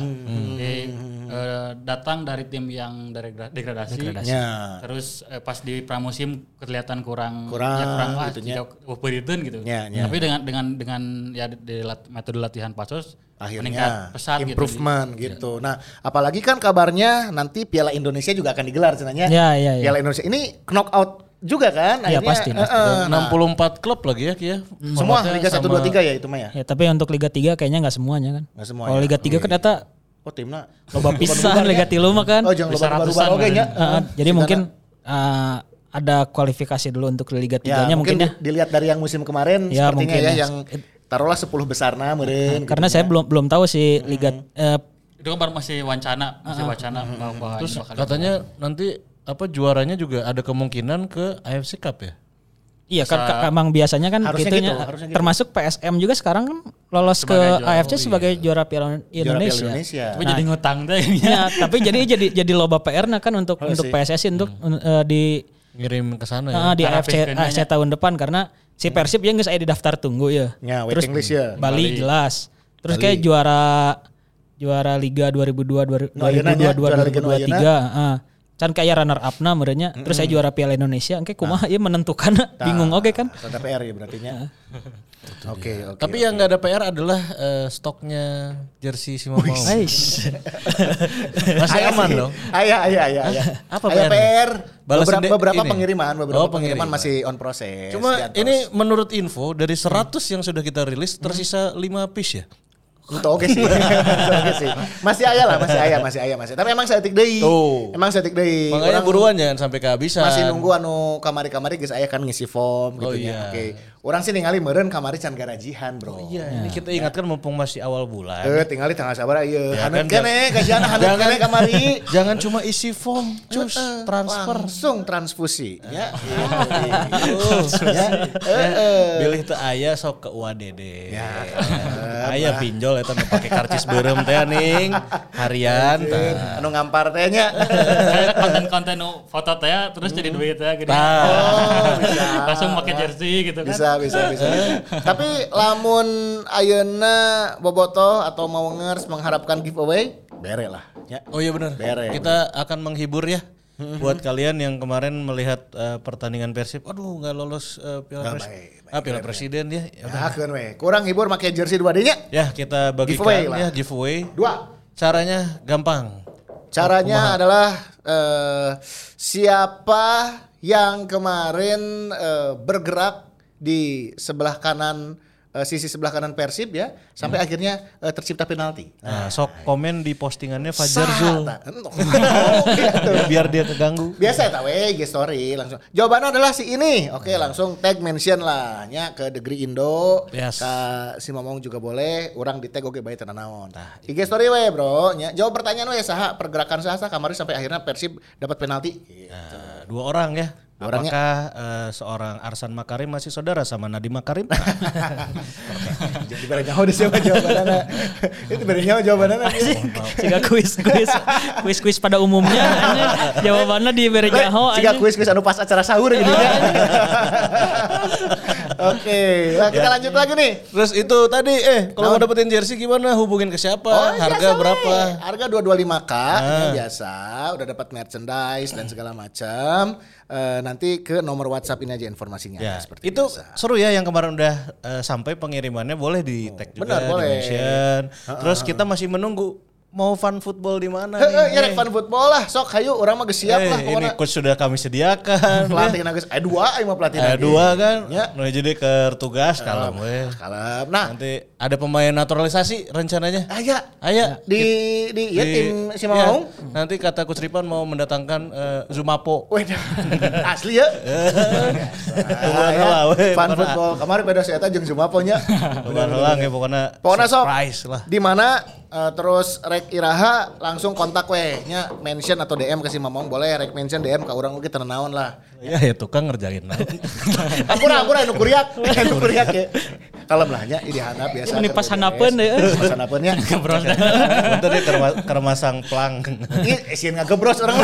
Datang dari tim yang degradasi. Terus pas di pramusim kelihatan kurang gitunya. Beritain gitu. Tapi dengan ya di metode latihan Pasos akhirnya pesat improvement gitu. Nah, apalagi kan kabarnya nanti Piala Indonesia juga akan digelar sebenarnya. Ya. Piala Indonesia ini knockout juga kan? Iya pasti. 64 klub lagi ya Kia. Semua Liga 1 2 3 ya itu mah ya. Ya tapi untuk Liga 3 kayaknya enggak semuanya kan. Enggak semua. Kalau Liga 3 kan ternyata timna loba pisan Liga 3 mah kan. Oh, jangan loba oke nya. Jadi mungkin ada kualifikasi dulu untuk Liga 3-nya mungkin ya. Dilihat dari yang musim kemarin ya, sepertinya ya yang taruhlah 10 besarna meureun. Karena saya belum tahu sih Liga itu kan baru masih wacana, Terus katanya nanti juaranya juga ada kemungkinan ke AFC Cup ya? Iya kan emang biasanya kan gitunya gitu. Termasuk PSM juga sekarang kan lolos ke AFC sebagai juara Piala Indonesia. Tapi jadi ngutang deh. Ya, tapi jadi loba PR kan untuk PSSI untuk di ngirim ke sana di AFC tahun depan karena si Persib ya geus aya di daftar tunggu ya. Terus list ya. Bali jelas. Terus kayak juara Liga 2022 2023 can kayak runner up na merenya terus saya juara Piala Indonesia engke kumaha ieu menentukan bingung oke kan ada PR ya berarti nya. Oke. Tapi yang enggak ada PR adalah stoknya jersey si Momong. Masih aman dong. Aya. Apa PR? Beberapa ini? pengiriman masih on proses. Cuma ini menurut info dari 100 yang sudah kita rilis tersisa 5 piece ya. Untuk oke sih. Masih aya. Tapi emang saeutik deui. Makanya buruan jangan sampai kehabisan. Masih nunggu kamari-kamari geus aya kan ngisi form gitu ya. Oke. Urang sih ningali meureun kamari can garajihan, Bro. Ini kita ingatkan mumpung masih awal bulan. Tinggal tanggal sabaraha ieu. Haneut keneh gajian haneut keneh kamari. Jangan cuma isi form, cus transfer. Langsung transfusi ya. Bilih teu aya sok ke UADD. Aya pinjol eta nu pake karcis beureum teh ning harian tah. Anu ngampar teh nya. Konten-konten foto teh terus jadi duit teh gede. Langsung pakai jersey gitu kan. Bisa. Tapi lamun ayeuna bobotoh atau mau mengharapkan giveaway, bere lah. Ya. Oh iya benar. Kita akan menghibur ya. Buat kalian yang kemarin melihat pertandingan Persib, aduh nggak lolos Piala Presiden ya. Kurang hibur pakai jersey 2D-nya. Ya kita bagikan giveaway. 2. Caranya gampang. Caranya adalah siapa yang kemarin bergerak di sebelah kanan sisi sebelah kanan Persib ya sampai akhirnya tercipta penalti. Nah, sok komen di postingannya Fajar Zul. Biar dia keganggu. Biasa eta we story langsung. Jawabannya adalah si ini. Oke, langsung tag mention lah nya ke Degree Indo. Yes. Ka si Momong juga boleh, urang di tag oge bae teu naon. IG story we, Bro, nya. Jawab pertanyaan we saha pergerakan saha kamari sampai akhirnya Persib dapat penalti. Gitu. 2 orang ya. Apakah seorang Arsan Makarim masih saudara sama Nadiem Makarim? Jadi bere nyaho deh siapa jawabanana. Itu bere nyaho jawabanana. Siga kuis pada umumnya jawabannya di bere nyaho. Siga kuis anu pas acara sahur gitu ya. Oke, lah kita lanjut lagi nih. Terus itu tadi kalau mau dapetin jersey gimana? Hubungin ke siapa? Harga berapa? Harga 225K biasa, udah dapat merchandise dan segala macam. Nanti ke nomor WhatsApp ini aja informasinya. Ya, seperti itu biasa. Seru ya yang kemarin udah sampai pengirimannya boleh di tag juga, boleh. di mention. Terus kita masih menunggu mau fun football di mana Ya rek fun football lah, sok hayu urang mah geus siap lah Ini pokona. coach sudah kami sediakan. Pelatih geus dua mah pelatih Dua kan. Ya. Nah, jadi ke tugas kalem we. Kalem. Nah, Nanti ada pemain naturalisasi rencananya. aya di tim si Maung. Nanti kata Coach Ripan mau mendatangkan Zumapo. Weh, asli ya. Tungguan heula we. Fun football. Kemarin beda saya eta jeung Zumapo nya. Tungguan heula ge pokona Sok surprise lah. di mana terus rek iraha langsung kontak we nya mention atau DM ke si Mamong boleh rek mention DM ka urang oge teu naon lah. Ya tukang ngerjain lah. Ampura nu kuriak ya. Kalem lah nya di handap biasa. Ini pas hanapeun deui. Pas hanapeun nya. Gebros. Bentar dia keur masang plang. Ieu sieun ngagebros urang.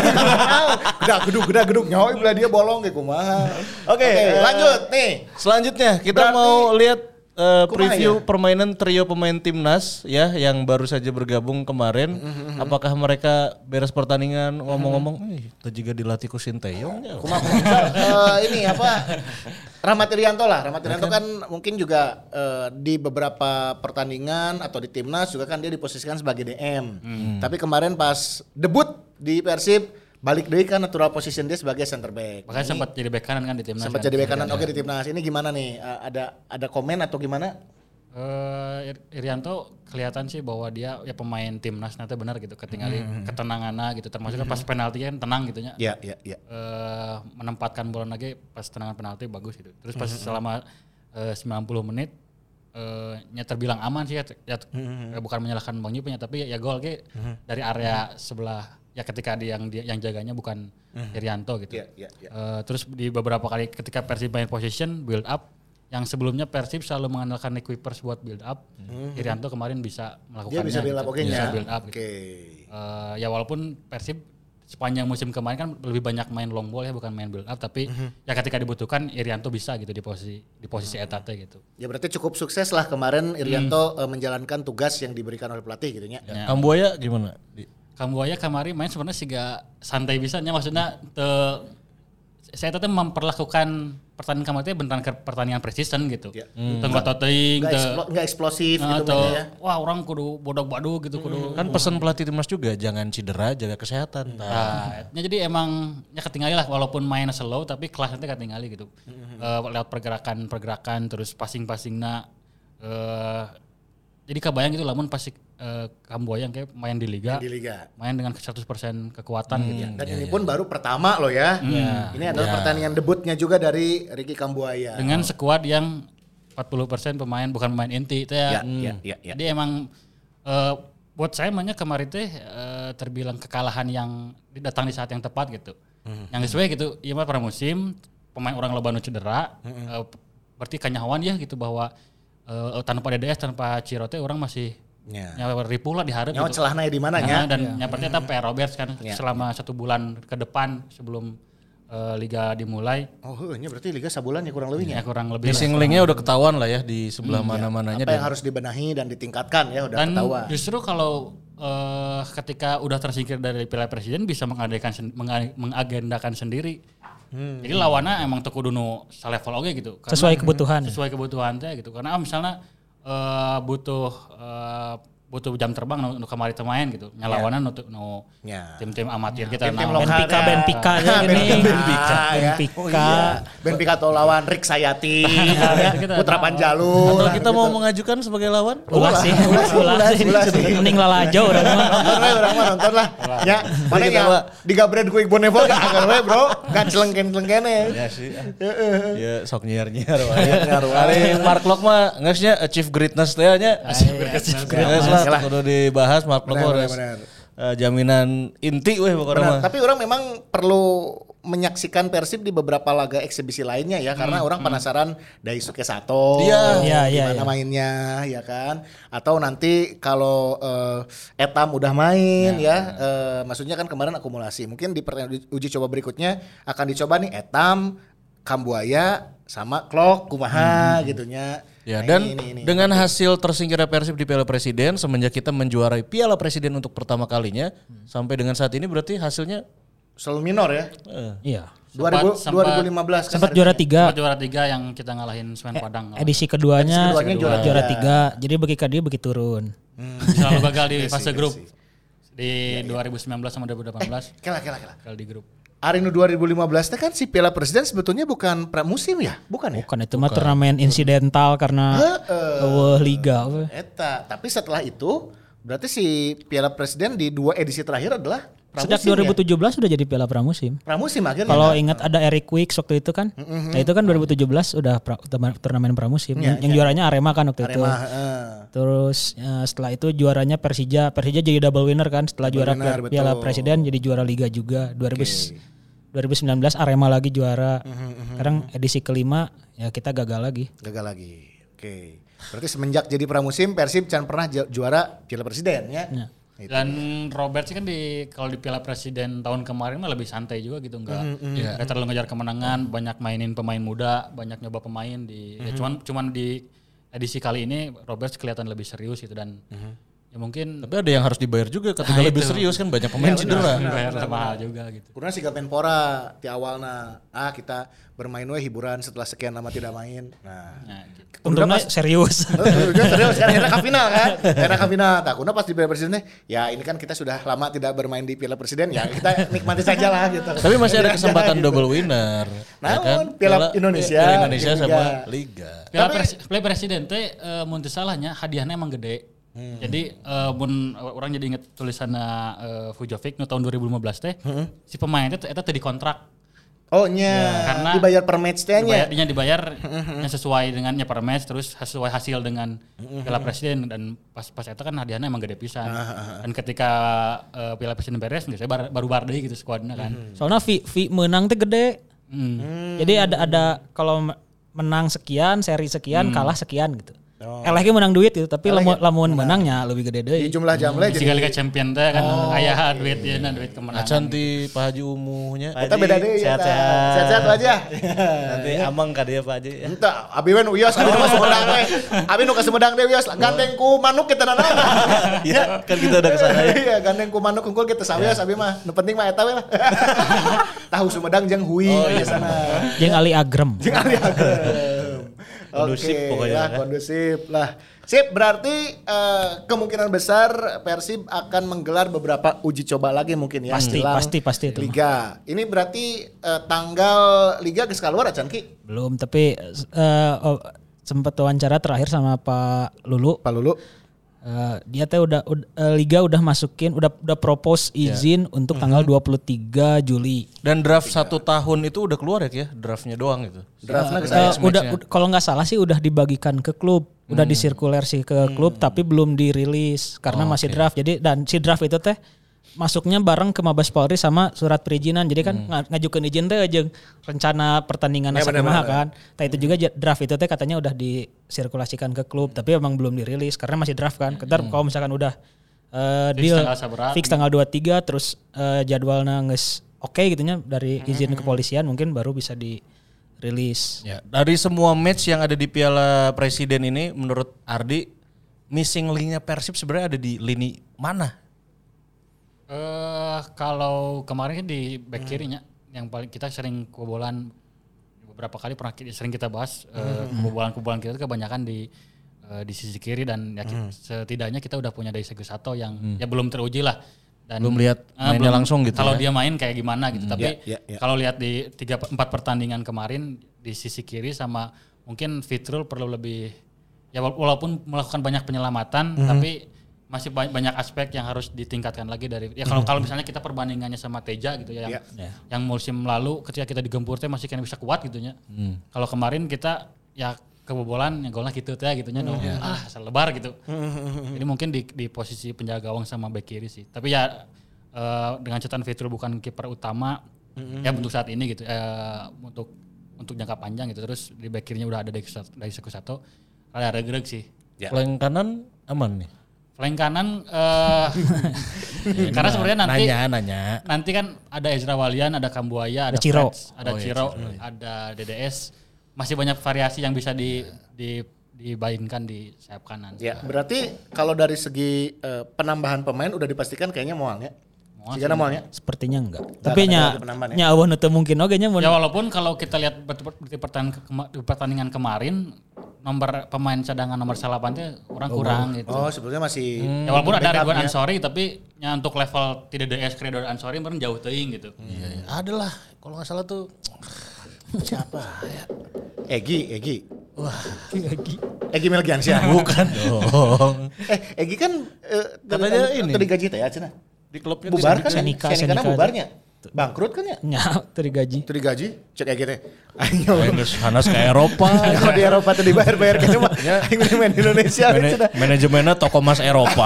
Gedug nyawa belah dia bolong ge kumaha. Oke, lanjut nih. Selanjutnya kita Berarti- mau lihat preview ya? permainan trio pemain timnas ya yang baru saja bergabung kemarin. Apakah mereka beres pertandingan ngomong-ngomong, itu juga dilatih ku Sinteyong ya. Kumaha. Ini apa? Rahmat Irianto lah. Rahmat Irianto kan mungkin juga di beberapa pertandingan atau di timnas juga kan dia diposisikan sebagai DM. Tapi kemarin pas debut di Persib balik deui kan natural position dia sebagai center back. Makanya sempat jadi bek kanan kan di timnas. Sempat kan? jadi bek kanan oke di timnas. Ini gimana nih? Ada komen atau gimana? Irianto kelihatan sih bahwa dia ya pemain timnas nanti benar gitu ketinggali ketenangannya gitu termasuk kan pas penalti kan tenang gitu nya. Iya. Menempatkan bola lagi pas tenangan penalti bagus gitu. Terus pas selama 90 menit nya terbilang aman sih ya bukan menyalahkan Bang Yupi tapi ya gol ge dari area sebelah ya ketika yang jaganya bukan Irianto gitu. Iya. Terus di beberapa kali ketika Persib main position build up yang sebelumnya Persib selalu mengandalkan Nick Kuipers buat build up, Irianto kemarin bisa melakukannya. Dia bisa build up gitu. Bisa build up. Oke. Gitu. Ya walaupun Persib sepanjang musim kemarin kan lebih banyak main long ball ya bukan main build up tapi ya ketika dibutuhkan Irianto bisa gitu di posisi etate gitu. Ya berarti cukup sukses lah kemarin Irianto menjalankan tugas yang diberikan oleh pelatih gitu nya. Ya. Kambuaya gimana? Kambuaya kemarin main sebenarnya sih gak santai bisa nya maksudnya saya tetap memperlakukan pertandingan kemarin itu beneran pertandingan presisten gitu. Tengok toting, Enggak eksplosif gitu atau mainnya ya. wah orang kudu bodoh-bodoh gitu kudu. Kan pesan pelatih timnas juga jangan cedera, jaga kesehatan. Nah, jadi emang ya ketinggalan lah walaupun mainnya slow tapi kelasnya ketinggalan gitu. Lewat pergerakan terus passing-passingna jadi kebayang gitu lamun pasti Kambuaya yang kayak main di liga. Main dengan 100% kekuatan gitu ya. Dan ini pun baru pertama loh ya. Ini adalah pertandingan debutnya juga dari Ricky Kambuaya. Dengan skuad yang 40% pemain bukan pemain inti itu ya. Jadi emang buat saya namanya kemarin teh terbilang kekalahan yang datang di saat yang tepat gitu. Yang sesuai gitu, iya mah pramusim pemain orang loba nu cedera berarti kanyahoan ya gitu bahwa tanpa DDS tanpa Cirote orang masih nyawa ripuh lah diharap nyawa gitu. celahnya di mana ya? Dan nyapatnya tapi Roberts kan selama 1 bulan ke depan sebelum liga dimulai. Oh, ini berarti liga sabulan ya kurang lebihnya. Ya kurang lebih. Singlingnya udah ketahuan lah ya di sebelah mana-mananya. Apa yang harus dibenahi dan ditingkatkan ya udah dan ketahuan. justru kalau ketika udah tersingkir dari Piala Presiden bisa mengagendakan sendiri. Jadi lawannya emang teu kudu nu salevel oge gitu. Karena Sesuai kebutuhan. Sesuai kebutuhan teh gitu. Karena misalnya butuh jam terbang nu kamari teu main gitu. Nyalawanan nu tim-tim amatir kita Tim-tim naon. lokal. Benpika gini. Benpika atau lawan Rick Sayati, Putra Panjalu. Atau kita mau mengajukan sebagai lawan? Ulah sih. Mending lalajo urang mah. Orang mah nonton lah. Ya, mana ya digabret ku Iqbal Nevo gak akan we bro. Gak celengken-celengkene. Ya sih. Ya sok nyiar-nyiar wae. Ari Mark Lok mah ngeusnya achieve greatness teh nya. Achieve greatness lah kudu dibahas Mark Lok harus jaminan inti weh pokoknya mah. Tapi orang memang perlu menyaksikan Persib di beberapa laga eksibisi lainnya ya karena orang penasaran Daisuke Sato gimana mainnya ya kan atau nanti kalau Etam udah main maksudnya kan kemarin akumulasi mungkin di pertandingan uji coba berikutnya akan dicoba nih Etam, Kambuaya sama Klok kumaha gitunya. Ya, dan dengan hasil tersingkirnya Persib di Piala Presiden semenjak kita menjuarai Piala Presiden untuk pertama kalinya sampai dengan saat ini berarti hasilnya selalu minor ya. Iya. 2015 kan sempat juara 3. Juara 3 yang kita ngalahin Semen Padang. Edisi keduanya juara juara 3. Jadi bagi dia bagi turun. Selalu gagal di fase grup. Di 2019 sama 2018 Kela. kalah di grup. Arinu 2015 kan si Piala Presiden sebetulnya bukan pramusim ya? Bukan ya? Bukan itu mah turnamen insidental karena liga. Eta, tapi setelah itu berarti si Piala Presiden di 2 edisi terakhir adalah pramusim. Sejak 2017 sudah jadi Piala Pramusim. Pramusim akhirnya. Kalau ingat ada Eric Wicks waktu itu kan. Nah itu kan 2017 udah turnamen pramusim. Yang juaranya Arema kan waktu itu. Terus setelah itu juaranya Persija jadi double winner kan setelah juara Piala Presiden jadi juara Liga juga 2019 Arema lagi juara. Sekarang edisi kelima ya kita gagal lagi. Oke. Berarti semenjak jadi pramusim Persib can pernah juara Piala Presiden ya. Dan Robert sih kan kalau di Piala Presiden tahun kemarin mah lebih santai juga gitu, enggak terlalu ngejar kemenangan, banyak mainin pemain muda, banyak nyoba pemain cuman di edisi kali ini Robert kelihatan lebih serius gitu dan ya mungkin tapi ada yang harus dibayar juga ketika lebih serius kan banyak pemain cedera. Bayar mahal juga gitu. Kurang sih Menpora di awalna kita bermain hiburan setelah sekian lama tidak main. Nah gitu. Untungnya serius. Serius kan era final kan. Era final. Tak kuna pas di Piala Presiden ya ini kan kita sudah lama tidak bermain di Piala Presiden ya kita nikmati saja lah gitu. Tapi masih ada kesempatan double winner. Namun Piala Indonesia sama Liga. Piala Presiden teh mun teu salahnya hadiahnya emang gede. Jadi mun orang jadi inget tulisanna Vujovic nu tahun 2015 teh si pemain teh eta teh dikontrak. Oh nya, karena dibayar per match teh nya. Dibayar sesuai dengannya per match terus sesuai hasil dengan Piala Presiden dan pas eta kan hadiahnya emang gede pisan. Dan ketika Piala Presiden beres geus baru deui gitu skuadna kan. Soalnya fee menang teh gede. Jadi ada kalau menang sekian, seri sekian, kalah sekian gitu. Eleh menang duit gitu, tapi lamun menangnya lebih gede deui. Di jumlah jamle jadi Liga Champion teh kan aya duit ya duit kemenangan. Acan ti Pak Haji umuhnya. Kita beda deui ya. Sehat-sehat aja. Nanti amang ka dieu Pak Haji. Henteu, abi we nu uyos abi mah Sumedang we. Abi nu ka Sumedang deui uyos gandeng ku manuk kita nanaona. Iya, kan kita udah kesana ya. Iya, gandeng ku manuk unggul kita sawios abi mah. Nu penting mah eta we lah. Tahu Sumedang jeung hui di sana. Jeung Ali Agrem. Kondusif pokoknya. Kondusif lah. Sip, berarti kemungkinan besar Persib akan menggelar beberapa uji coba lagi mungkin ya. Pasti itu. Liga. Ini berarti tanggal Liga geus kaluar acan Ki? Belum, tapi sempat wawancara terakhir sama Pak Lulu. Dia teh udah Liga udah masukin udah propose izin untuk tanggal 23 Juli. Dan draft 1 tahun itu udah keluar ya draftnya doang itu. Draftnya udah kalau nggak salah sih udah dibagikan ke klub, udah disirkuler sih ke klub tapi belum dirilis karena masih draft. Jadi dan si draft itu teh masuknya bareng ke Mabes Polri sama surat perizinan. Jadi kan ngajukeun izin teh aja rencana pertandingan sakumaha kan. Tah itu juga draft itu teh katanya udah disirkulasikan ke klub tapi emang belum dirilis karena masih draft kan. Ketar kalau misalkan udah deal fix tanggal 23 terus jadwalnya geus oke gitunya dari izin kepolisian mungkin baru bisa dirilis. Ya, dari semua match yang ada di Piala Presiden ini menurut Ardi missing link-nya Persib sebenarnya ada di lini mana? Kalau kemarin di back kirinya yang paling kita sering kebobolan beberapa kali sering kita bahas kebobolan kita itu kebanyakan di sisi kiri dan ya setidaknya kita udah punya Daisuke Sato yang ya belum teruji lah dan belum lihat mainnya langsung gitu. Kalau dia main kayak gimana gitu tapi kalau lihat di 3-4 pertandingan kemarin di sisi kiri sama mungkin Fitrul perlu lebih ya walaupun melakukan banyak penyelamatan tapi masih banyak aspek yang harus ditingkatkan lagi dari ya kalau misalnya kita perbandingannya sama Teja gitu ya yang musim lalu ketika kita digempur teh masih kena bisa kuat gitunya. Kalau kemarin kita ya kebobolan yang golnya gitu teh gitunya asal lebar gitu. Jadi mungkin di posisi penjaga gawang sama bek kiri sih. Tapi ya dengan catatan Fitrul bukan kiper utama ya untuk saat ini gitu untuk jangka panjang gitu. Terus di bek kirinya udah ada Daisuke Sato. Ada Greg sih. Flank kanan aman nih. Flank kanan karena sebenarnya nanti kan ada Ezra Walian, ada Kambuaya, ada Ciro, Freds, ada Ciro, ada DDS, masih banyak variasi yang bisa dibainkan di sayap kanan. Ya, berarti kalau dari segi penambahan pemain udah dipastikan kayaknya moalnya. Sigana moalnya? Sepertinya enggak. Tapi nya eueuh nu teu mungkin oge nya. Ya walaupun kalau kita lihat di pertandingan kemarin nomor pemain cadangan nomor 8 teh orang kurang gitu. Oh, sebetulnya masih Ya walaupun ada Ridwan Ansori tapi ya untuk level tidak ada Ridwan Ansori meren jauh teuing gitu. Iya, ada lah. Kalau nggak salah tuh siapa ya? Egi. wah, Egi Melgiansyah. bukan dong. Egi kan Katanya ini. tadi gaji teh ya cenah. Di klubnya Bubar kan? Senika bubarnya. Bangkrut kan ya? Nya teri gaji. Tadi gaji cek Egi teh. Geus hanas ke Eropa. Kalau di Eropa tadi bayar kan cuma aing main di Indonesia cenah. Manajemennya toko emas Eropa.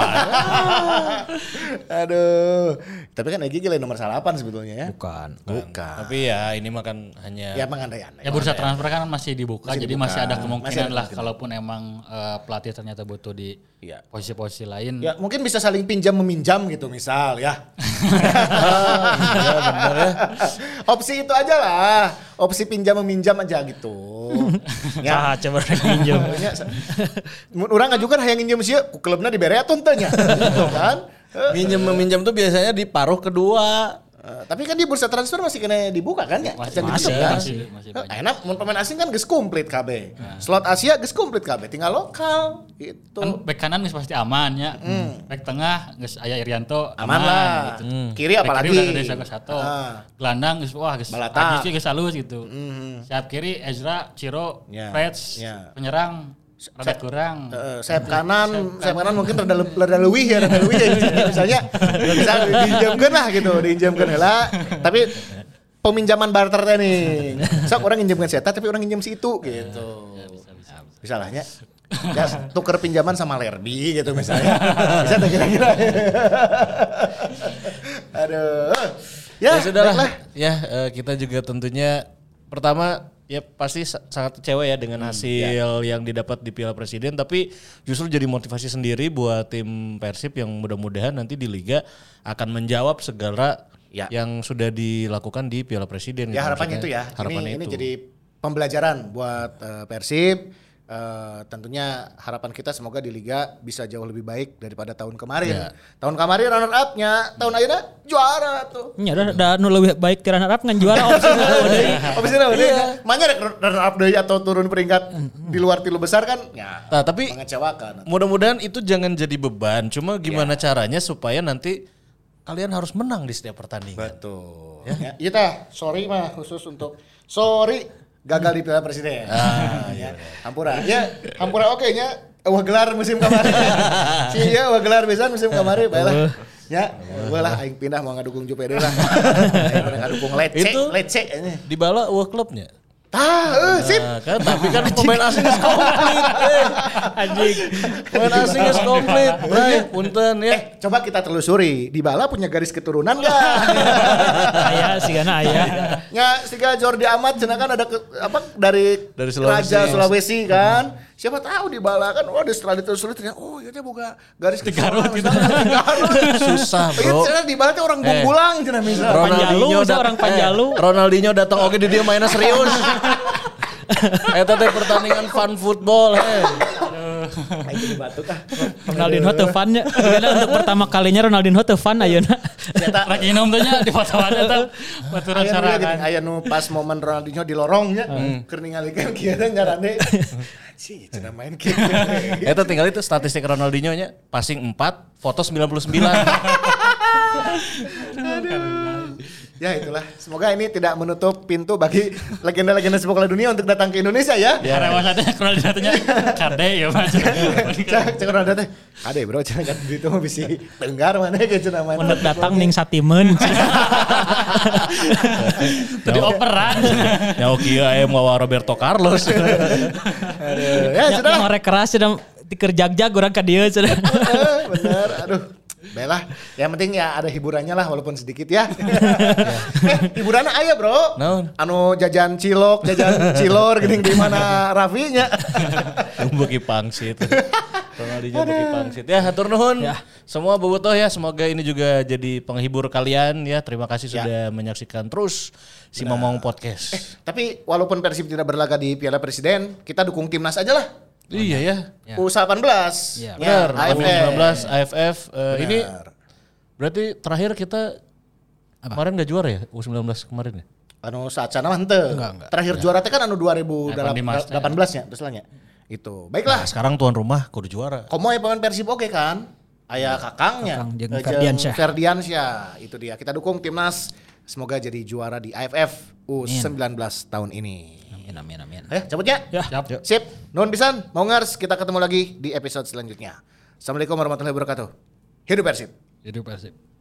Aduh. Tapi kan Egi gila nomor 8 sebetulnya ya. Bukan. Tapi ya ini mah kan hanya Ya mengandai-andai. Ya bursa transfer kan masih dibuka, jadi masih ada kemungkinan Masih ada lah kemungkinan. kalaupun emang pelatih ternyata butuh di Iya. posisi-posisi lain. Ya mungkin bisa saling pinjam meminjam gitu misal ya. ya benar ya. Opsi itu aja lah. Opsi pinjam meminjam aja gitu. Saha coba pinjam. Ya, orang ngajukan hayang nginjem sih ku klubna dibere atuh teh nya. Gitu kan. Minjem meminjam tuh biasanya di paruh kedua. Tapi kan di bursa transfer masih kena dibuka kan ya? Masih banyak. Enak mun pemain asing kan geus komplit KB. Slot Asia geus komplit KB, tinggal lokal gitu. Kan bek kanan geus pasti aman ya. Bek tengah geus aya Irianto Aman lah. gitu. Kiri Bek apalagi. Kiri udah ada Sago Sato. Ah. Gelandang geus Balata. Aji geus halus gitu. Siap kiri Ezra, Ciro, Ya. Freds, Ya. penyerang rada kurang. Sayap kanan mungkin rada leuwih ya, misalnya bisa diinjamkeun lah gitu, diinjamkeun heula. Tapi peminjaman barter teh nih. Sok orang nginjemkeun si eta tapi orang nginjem si itu gitu. Bisa lah ya. Ya, tuker pinjaman sama Lerby gitu misalnya. Bisa tuh kira-kira. Aduh. Ya sudahlah. baiklah. Ya kita juga tentunya pertama ya pasti sangat kecewa ya dengan hasil yang didapat di Piala Presiden, tapi justru jadi motivasi sendiri buat tim Persib yang mudah-mudahan nanti di Liga akan menjawab segala yang sudah dilakukan di Piala Presiden. Ya gitu. harapannya itu ya. Harapannya Ini itu. jadi pembelajaran buat Persib. Tentunya harapan kita semoga di Liga bisa jauh lebih baik daripada tahun kemarin. Tahun kemarin runner up-nya, tahun ayeuna juara tuh. Nya da nu leuwih baik ti runner up ngan juara opsina deui. Opsina deui. Manya rek runner up deui atau turun peringkat di luar tilu besar kan? Ya. Nah, tapi mengecewakan. mudah-mudahan itu jangan jadi beban. Cuma gimana caranya supaya nanti kalian harus menang di setiap pertandingan. Betul. Ya, iya tah, sorry mah khusus untuk gagal di Piala Presiden. Ya. Hampura. Ya, Hampura oke nya. Wah gelar musim kemarin. Sia wah gelar pisan musim kemarin. Baiklah. Ya, lah aing pindah mau ngadukung Jupe deui lah. Aing ngadukung Lecce. Di bala klubnya. Sip. Nah, kan tapi kan pemain asing geus komplit. Anjing. Pemain asing geus komplit. Bray, punten ya. Coba kita telusuri. Dybala punya garis keturunan enggak? Aya sigana aya. Ya, siga Jordi Amat cenah kan ada dari Sulawesi. Raja Sulawesi kan. Siapa tahu Dybala kan setelah ditelusuri ternyata iya dia boga garis keturunan. Susah, Bro. Cenah Dybala teh orang Bungbulang cenah misal. Orang Panjalu. Ronaldinho datang oke di dia mainnya serius. Eta teh pertandingan fun football Aing jadi batuk ah. Ronaldinho teu fun nya. Karena untuk pertama kalinya Ronaldinho teu fun ayeuna. Lagi nom teh nya di fotoan eta baturan sorangan. Aya nu pas momen Ronaldinho di lorongnya keur ningalikeun kieu teh nyarane. Si cenah main kieu. Eta tinggal itu statistik Ronaldinho nya passing 4, foto 99. Ya itulah. Semoga ini tidak menutup pintu bagi legenda-legenda sepak bola dunia untuk datang ke Indonesia ya. Rewasannya Ronaldinho teh nya kade ya Mas. Cek Ronaldo teh. Kade bro cenah kan gitu mah bisi tenggar mana ge cenah main. Menurut datang ning satimeun. Tadi operan. Ya oke aya mawa Roberto Carlos. Aduh, ya sudah. Ngorek keras cenah dikerjag-jag urang ka dieu cenah. Bener, aduh. Baiklah, yang penting ya ada hiburannya lah walaupun sedikit ya. Hiburannya aya bro. Naon? Anu jajan cilok, jajan cilor geuning di mana Rafinya. Beuki pangsit. Ronaldinho beuki pangsit. Ya hatur nuhun. Semua bobotoh ya, semoga ini juga jadi penghibur kalian ya. Terima kasih sudah menyaksikan terus si Momong Podcast. Tapi walaupun Persib tidak berlaga di Piala Presiden, kita dukung timnas aja lah. Iya ya. U18. Ya, Benar, AFF. U19 AFF ini berarti terakhir kita kemarin gak juara ya U19 kemarin ya? Anu saat sana mah henteu. Terakhir juara teh kan anu 2018 nya, terus lah nya. Itu. Baiklah. Nah, sekarang tuan rumah kudu juara. Komo ya pemain Persib oke kan? Aya kakangnya. Kakang jeung Jeung Ferdiansyah. Itu dia. Kita dukung timnas. Semoga jadi juara di AFF U19 tahun ini. Amin. Cabut ya? Ya. Siap. Sip. Nuhun pisan. Maungers, kita ketemu lagi di episode selanjutnya. Assalamualaikum warahmatullahi wabarakatuh. Hidup Persib. Hidup Persib.